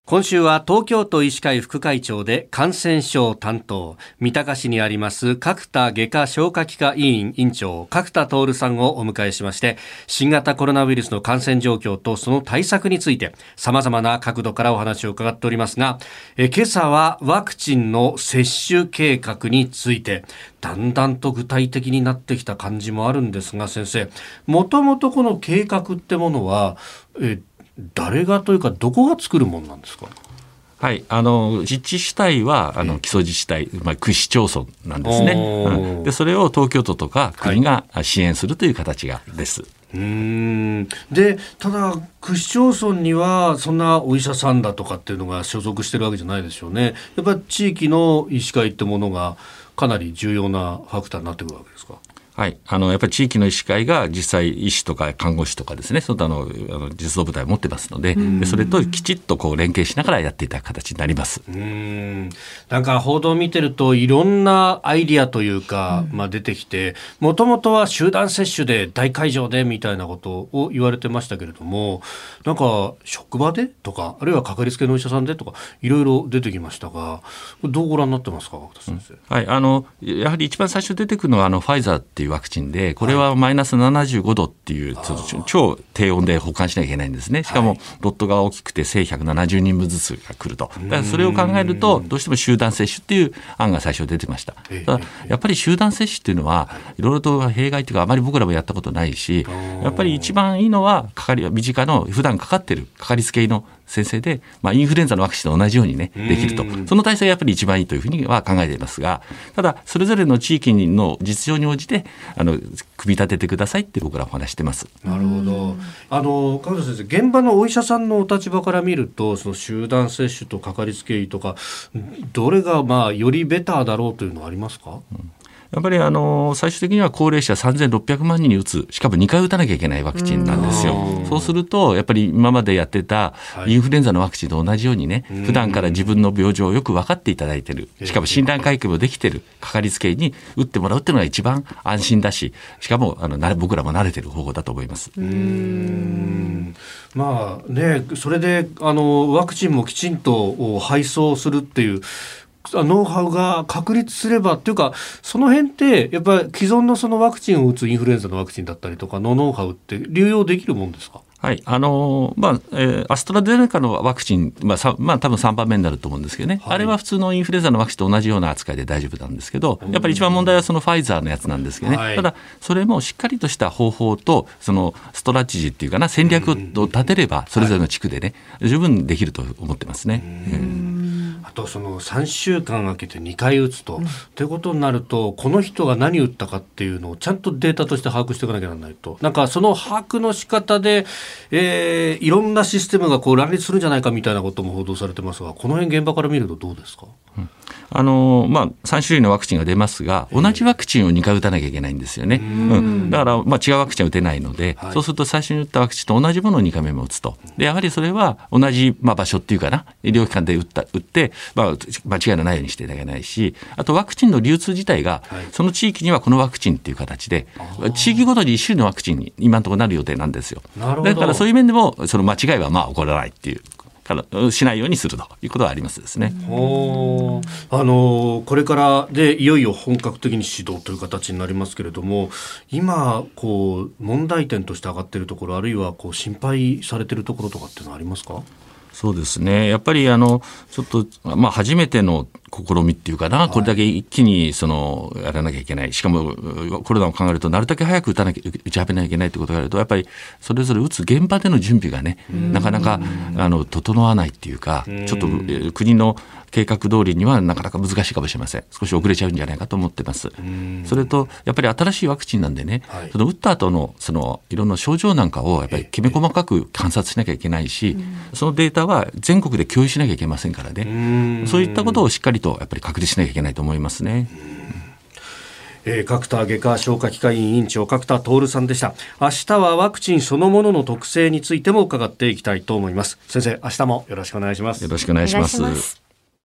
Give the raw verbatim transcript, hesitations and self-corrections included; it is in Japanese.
今週は東京都医師会副会長で感染症担当、三鷹市にあります角田外科消化器科医院院長角田徹さんをお迎えしまして、新型コロナウイルスの感染状況とその対策について様々な角度からお話を伺っておりますが、え今朝はワクチンの接種計画についてだんだんと具体的になってきた感じもあるんですが、先生、もともとこの計画ってものはえ誰がというかどこが作るものなんですか？ はい、あの自治主体はあの基礎自治体、まあ、区市町村なんですね、うん、でそれを東京都とか国が支援するという形がです、はい、 うーんでただ区市町村にはそんなお医者さんだとかっていうのが所属してるわけじゃないでしょうね。やっぱり地域の医師会ってものがかなり重要なファクターになってくるわけですか？ はい、あのやっぱり地域の医師会が実際医師とか看護師とかですね、そういったあのあの実動部隊を持ってますので、でそれときちっとこう連携しながらやっていた形になります。 うーんなんか報道を見てるといろんなアイディアというか、まあ、出てきて、もともとは集団接種で大会場でみたいなことを言われてましたけれども、なんか職場でとかあるいはかかりつけのお医者さんでとかいろいろ出てきましたが、どうご覧になってますか、角田先生？ うんはい、あのやはり一番最初出てくるのはあのファイザーっていうワクチンで、これはマイナスななじゅうごどっていう、はい、超低温で保管しなきゃいけないんですね。しかもロットが大きくてせんひゃくななじゅうにんぶんずつが来ると。だからそれを考えるとどうしても集団接種っていう案が最初出てました。ただやっぱり集団接種っていうのはいろいろと弊害というか、あまり僕らもやったことないし、やっぱり一番いいのはかかり身近の普段かかってるかかりつけ医の先生で、まあ、インフルエンザのワクチンと同じように、ね、できると、その体制がやっぱり一番いいというふうには考えていますが、ただそれぞれの地域の実情に応じてあの組み立ててくださいって僕らお話してます。 なるほど。あの角田先生、現場のお医者さんのお立場から見ると、その集団接種とかかりつけ医とかどれがまあよりベターだろうというのはありますか？うんやっぱりあの最終的には高齢者さんぜんろっぴゃくまんにんに打つ、しかもにかい打たなきゃいけないワクチンなんですよ。そうするとやっぱり今までやってたインフルエンザのワクチンと同じようにね、普段から自分の病状をよく分かっていただいている、しかも診断解決もできているかかりつけ医に打ってもらうっていうのが一番安心だし、しかもあの僕らも慣れている方法だと思います。 うーんまあね、それであのワクチンもきちんと配送するっていうノウハウが確立すればっていうか、その辺ってやっぱり既存のそのワクチンを打つインフルエンザのワクチンだったりとかのノウハウって流用できるもんですか？ はいあのまあえー、アストラゼネカのワクチン、まあさまあ、多分さんばんめになると思うんですけどね、はい、あれは普通のインフルエンザのワクチンと同じような扱いで大丈夫なんですけど、やっぱり一番問題はそのファイザーのやつなんですけどね、はい、ただそれもしっかりとした方法とそのストラテジーっていうかな、戦略を立てればそれぞれの地区でね、はい、十分できると思ってますね。 あとそのさんしゅうかん空けてにかい打つと、うん、ということになると、この人が何打ったかっていうのをちゃんとデータとして把握していかなきゃならないと、なんかその把握の仕方で、えー、いろんなシステムがこう乱立するんじゃないかみたいなことも報道されてますが、この辺現場から見るとどうですか？ うんあのまあ、さん種類のワクチンが出ますが、同じワクチンをにかい打たなきゃいけないんですよね。うんうん、だから、まあ、違うワクチンは打てないので、はい、そうすると最初に打ったワクチンと同じものをにかいめも打つと。でやはりそれは同じ、まあ、場所っていうかな、医療機関で打った、打って、まあ、間違いのないようにしていただけないし、あとワクチンの流通自体が、はい、その地域にはこのワクチンっていう形で地域ごとにいっ種類のワクチンに今のところなる予定なんですよ。 なるほど。 だからそういう面でもその間違いはまあ起こらないっていうからしないようにするということはありますですね。 ほうあのこれからでいよいよ本格的に指導という形になりますけれども、今こう問題点として上がっているところ、あるいはこう心配されているところとかっていうのはありますか？ そうですね、やっぱりあのちょっと、まあ、初めての試みっていうかな、はい、これだけ一気にそのやらなきゃいけない、しかもコロナを考えるとなるだけ早く打たなきゃ打ちはめなきゃいけないということがあると、やっぱりそれぞれ打つ現場での準備がね、なかなかあの整わないっていうか、ちょっと国の計画通りにはなかなか難しいかもしれません。少し遅れちゃうんじゃないかと思ってます。それとやっぱり新しいワクチンなんでね、はい、その打った後のそのいろんな症状なんかをやっぱりきめ細かく観察しなきゃいけないし、そのデータは全国で共有しなきゃいけませんからね、そういったことをしっかりとやっぱり確立しなきゃいけないと思いますね。 えー、角田外科消化器科医院院長角田徹さんでした。明日はワクチンそのものの特性についても伺っていきたいと思います。先生、明日もよろしくお願いします。 よろしくお願いします。